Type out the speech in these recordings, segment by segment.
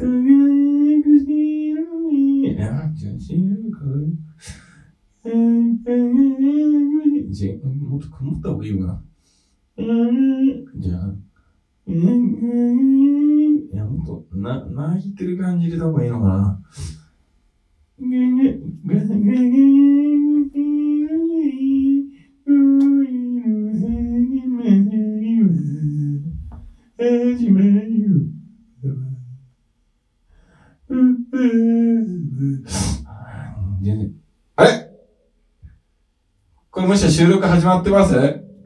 輝く白いもっと曇った方がいいよな。じゃあ、いや、もっと、泣いてる感じでた方がいいのかな。あれこれもしか収録始まってます？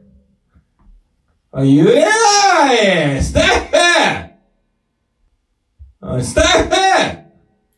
言えないスタッフスタッフ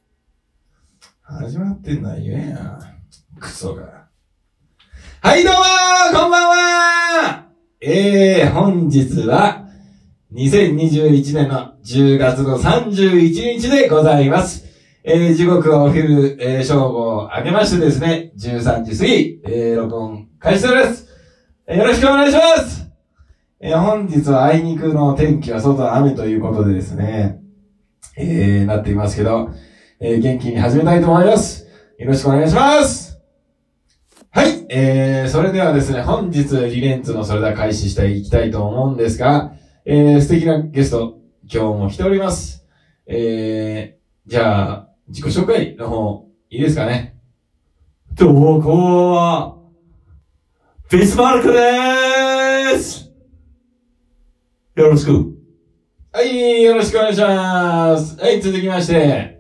始まってんのは言えや。クソが。はいどうもーこんばんは本日は2021年の10月の31日でございます。時刻はお昼、正午を明けましてですね、13時過ぎ、録音開始です。よろしくお願いします。本日はあいにくの天気は外は雨ということでですね、なっていますけど、元気に始めたいと思います。よろしくお願いします。はい、それではですね、本日リレンツのそれでは開始していきたいと思うんですが、素敵なゲスト、今日も来ております。じゃあ、自己紹介の方、いいですかね。 どうも、こんばんは。ビスマルクでーす。よろしく。 はい、よろしくお願いします。はい、続きまして。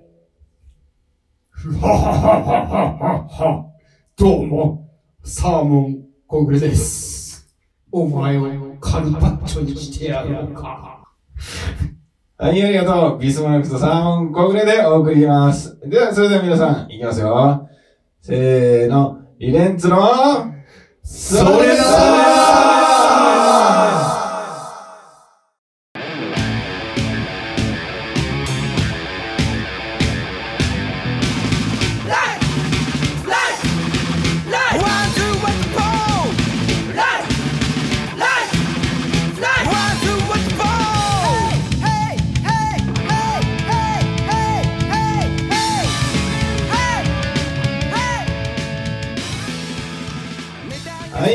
ははははは。どうも、サーモン小暮です。お前をカルパッチョにしてやろうか。 はい、ありがとう。ビスマルクとサーモン小暮でお送りします。では、それでは皆さん、いきますよ。せーの、リレンツの、 それだはい、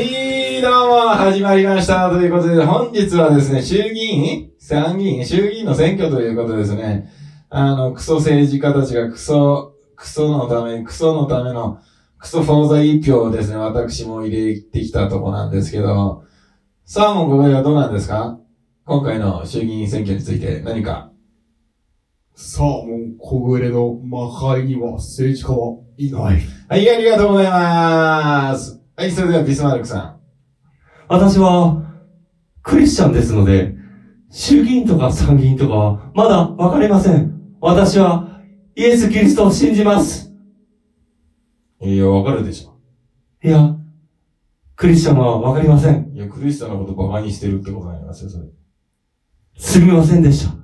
どうも、始まりました。ということで、本日はですね、衆議院の選挙ということですね。クソ政治家たちがクソのための、クソフォーザ一票をですね、私も入れてきたとこなんですけど、サーモン小暮はどうなんですか？今回の衆議院選挙について何か。 サーモン小暮の魔界には政治家はいない。 はい、ありがとうございます。はい、それではビスマルクさん。 私は、クリスチャンですので、衆議院とか参議院とかは、まだわかりません。私は、イエス・キリストを信じます。 いや、わかるでしょ。 いや、クリスチャンはわかりません。 いや、クリスチャンのことバカにしてるってことになりますよ、それ。 すみませんでした。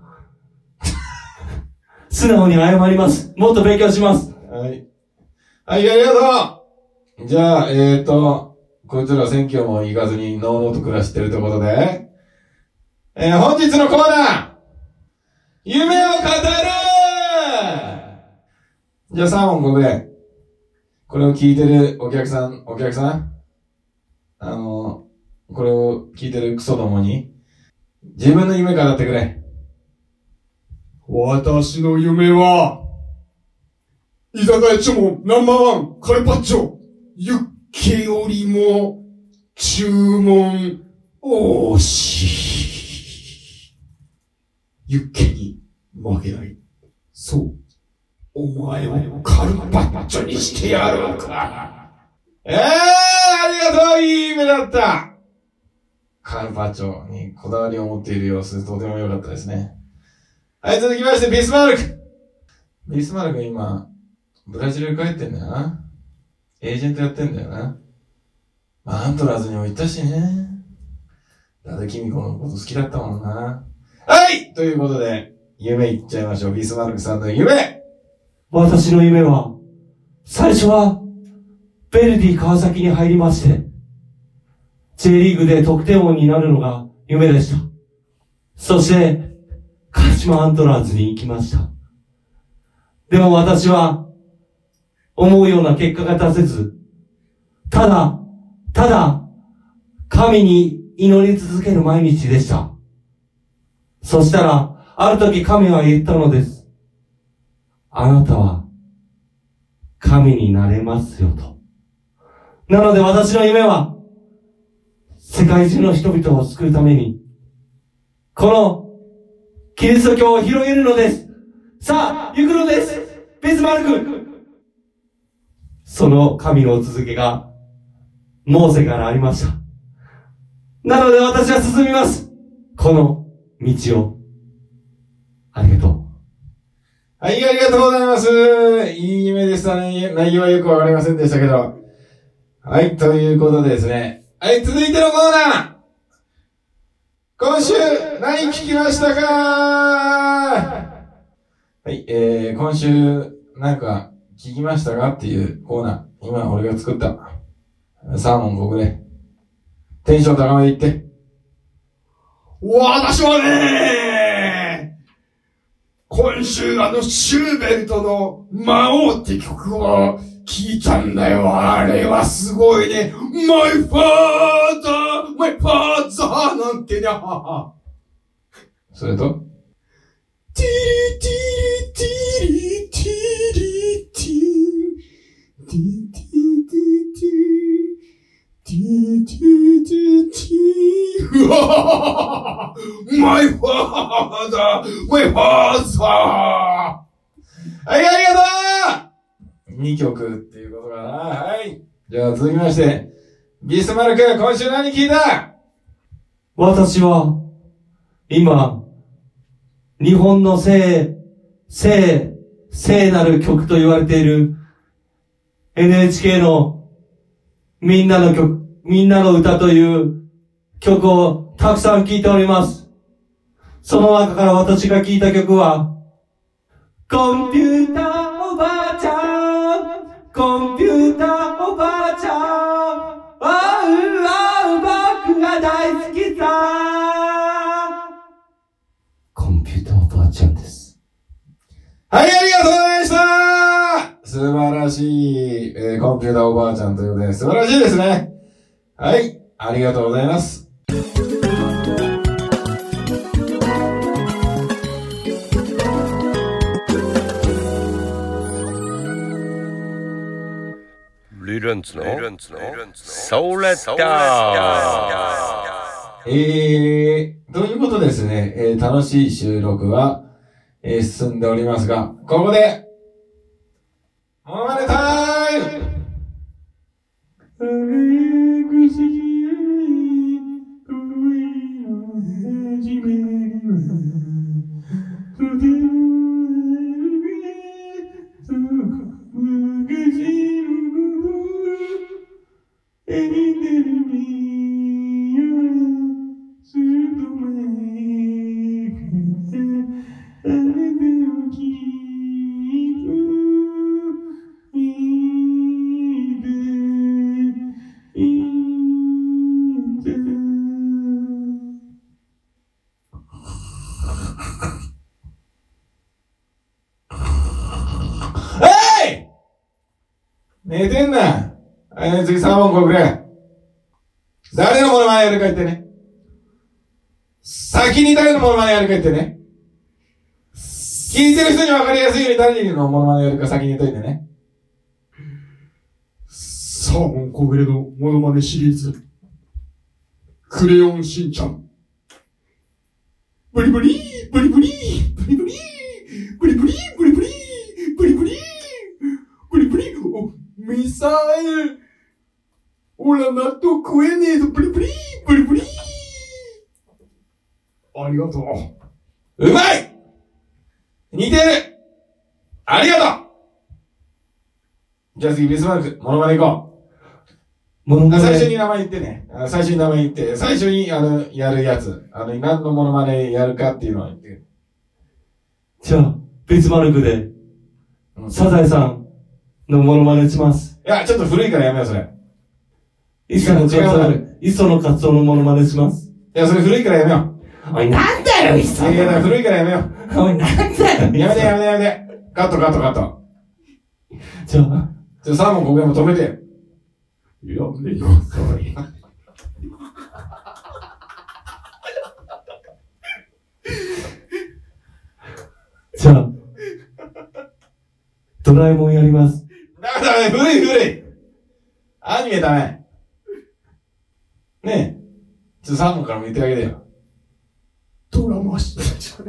素直に謝ります。もっと勉強します。 はい。はい、ありがとう。じゃあ、こいつら選挙も行かずに、のうのうと暮らしてるということで、本日のコーナー夢を語るじゃあ、サーモン小暮。これを聞いてるお客さんこれを聞いてるクソどもに、自分の夢語ってくれ。 私の夢は、居酒屋注文ナンバーワンカルパッチョ。ユッケよりも、注文、惜しい。ユッケに負けない。そう。お前をカルパッチョにしてやろうか。 ありがとう、いい夢だった。カルパッチョにこだわりを持っている様子、とても良かったですね。はい、続きまして、ビスマルク。ビスマルク今、ブラジル帰ってんだよな。エージェントやってんだよな。まあ、アントラーズにも行ったしね。だって君子のこと好きだったもんな。はいということで、夢言っちゃいましょう。ビスマルクさんの夢。 私の夢は、最初は、ヴェルディ川崎に入りまして、J リーグで得点王になるのが夢でした。そして、鹿島アントラーズに行きました。 でも私は、思うような結果が出せず、ただ、神に祈り続ける毎日でした。そしたら、ある時神は言ったのです。あなたは、神になれますよと。なので私の夢は、世界中の人々を救うために、この、キリスト教を広げるのです。さあ、行くのです。ビスマルク。その神の続けが、モーセからありました。なので私は進みます。この道を。ありがとう。 はい、ありがとうございます。いい夢でしたね。内容はよくわかりませんでしたけど。はい、ということでですね。はい、続いてのコーナー。今週、何聞きましたか？はい、今週、なんか、聞きましたかっていうコーナー。今、俺が作った。サーモン僕ね。テンション高めでいって。 私はね、今週シューベルトの魔王って曲を聴いたんだよ。あれはすごいね。My father なんてな。 それとティリティリティリティリティティティティティティティティティうわぁ My father はい、ありがとう !2 曲っていうことかな。はい。じゃあ続きまして、ビスマルク、今週何聞いた？ 私は、今、日本の聖なる曲と言われている NHK のみんなの歌という曲をたくさん聴いております。その中から私が聴いた曲は、コンピューターおばあちゃん、コンピューターおばあちゃん、僕が大好きさ。コンピューターおばあちゃんです。 はい、ありがとうございました素晴らしい、コンピューターおばあちゃんということで、素晴らしいですね。はい、ありがとうございます。 リルンツのソーレッタということですね、楽しい収録は、進んでおりますが、ここで、モノマネタイム寝てんな。次3本こくれ。誰のモノマネやるか言ってね。先に誰のモノマネやるか言ってね。聞いてる人に分かりやすいように誰のモノマネやるか先に言っといてね。 サーモン小暮のモノマネシリーズ。クレヨンしんちゃん。ブリブリーブリブリーブリブリーブリブリーブリブリーブリブリーブリブリーおミサイルオラ納豆食えねえぞブリブリーブリブリーありがとう。 うまい似てるありがとうじゃあ次ビスマルク、モノマネ行こう。最初に名前言ってね。最初に名前言って、最初にやるやつ。何のモノマネやるかっていうのを言って。 じゃあ、ビスマルクで、サザエさんのモノマネします。 いや、ちょっと古いからやめよう、それ。 磯野カツオのモノマネします。 いや、それ古いからやめよう。おい、なんだよ、磯野。 いや、古いからやめよう。 おい、なんだよ。 やめて。 カットカットカット。 じゃあ、 サーモンここでも止めて。 やめなさい。 じゃあ、ドラえもんやります。 ダメ、古い。アニメダメ。ねえ。サーモンからも言ってあげてよ。 ドラマし、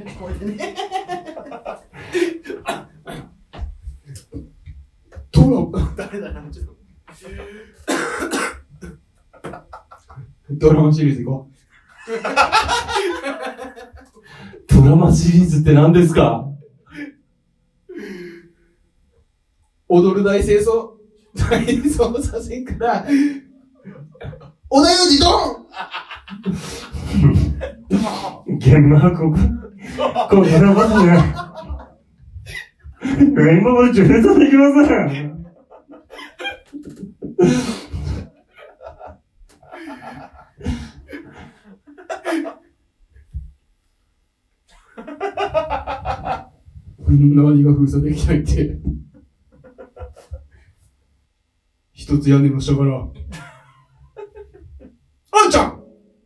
誰だな、ちょっと。ドラマシリーズ行こドラマシリーズって何ですか？ 踊る大清掃させんから、おだよじドン現場はここからますね。今まで上手できません。 何が封鎖できないって。一つ屋根の下から。あんちゃん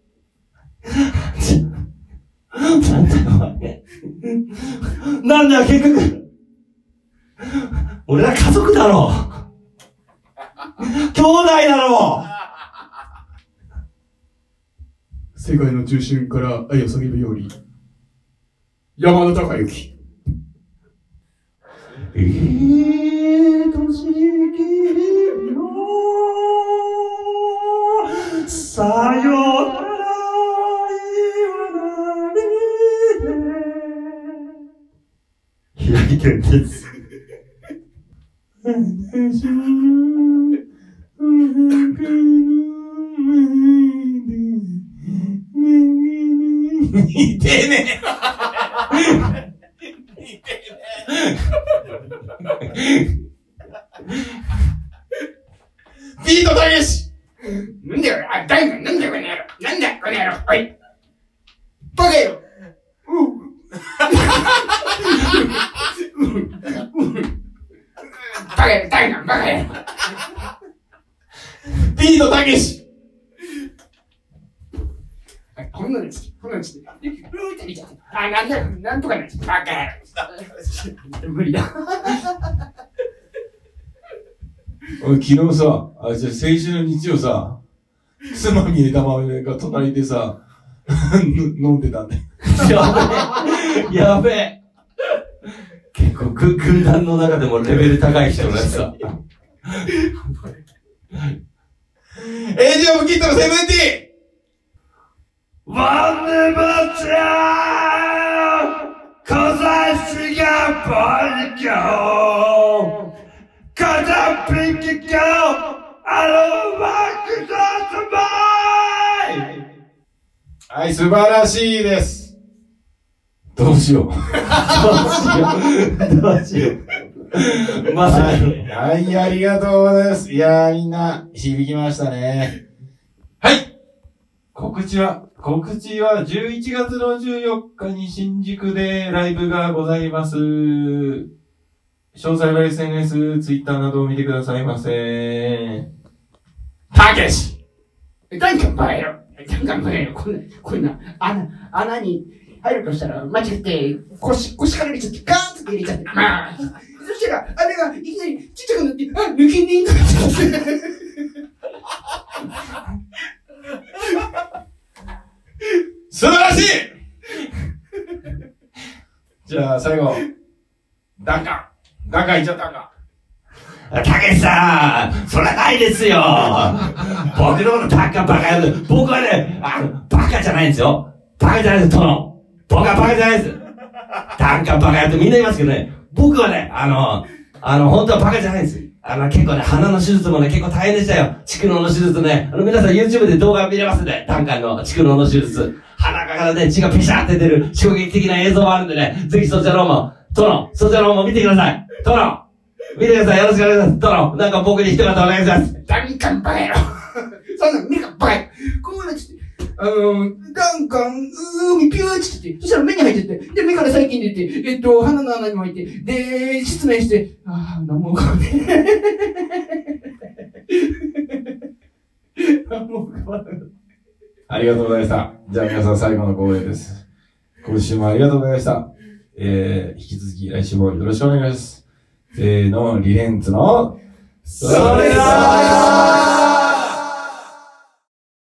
なんだよ、結局。俺ら家族だろ。兄弟だろ。 世界の中心から愛を叫ぶように。山田孝之。 愛しき日よ、さよなら言わないで。平井堅です。 似てねビートたけし。 なんだよ、なんだよ、この野郎。なんだよ、この野郎。おい。バカよ。バカよ、誰がバカよ。 ビートたけし。 こんなのつって。あ、なんだよ、なんとかなっちゃった。バカよ。無理だ。 俺昨日さ、先週の日曜さ、妻見枝豆が隣でさ、飲んでたんで。 やべえ。結構軍団の中でもレベル高い人のやつだ。 エイジオブキッドのセブンティーン。 ワンネバーチャー小差しがポリキョー片ピキキョーアロマクザスバイ。 はい、素晴らしいです。どうしよう。 どうしよう。まさに。 はい、ありがとうございます。いやー、みんな、響きましたね。はい。告知は11月の14日に新宿でライブがございます。詳細は SNS、Twitter などを見てくださいませ。たけし。 ガンガンバカよ。こんな、穴に入るとしたら、間違って、腰から入れちゃって、ガーンって入れちゃって、まあ。そしたら、あれがいきなりちっちゃくなって、あ、抜けねえんだって。 素晴らしいじゃあ、最後。ダンカンいっちゃったんか。 たけしさん、それはないですよ。僕のことバカやる。僕はね、バカじゃないんですよ。バカじゃないです、殿。僕はバカじゃないです。ダンカンバカやるとみんな言いますけどね、僕はね、本当はバカじゃないです。結構ね、鼻の手術もね、結構大変でしたよ。蓄膿の手術ね。皆さん YouTube で動画見れますね。ダンカンの蓄膿の手術。鼻からね、血がペシャーって出る衝撃的な映像もあるんでね、ぜひそちらの方も、殿、そちらの方も見てください。殿見てください。よろしくお願いします。殿、なんか僕に一言お願いします。 ダンカンバカ野郎。そんな、目がバカよ。こうなっちゃって。 ガンガン、海ピューって言って、そしたら目に入ってて、で、目から細菌出て、鼻の穴にも入って、で、失明して、なんも浮かんで。なんも浮かばなかった。 ありがとうございました。じゃあ皆さん最後の光栄です。今週もありがとうございました。引き続き来週もよろしくお願いします。せーの、リレンツの、 それだー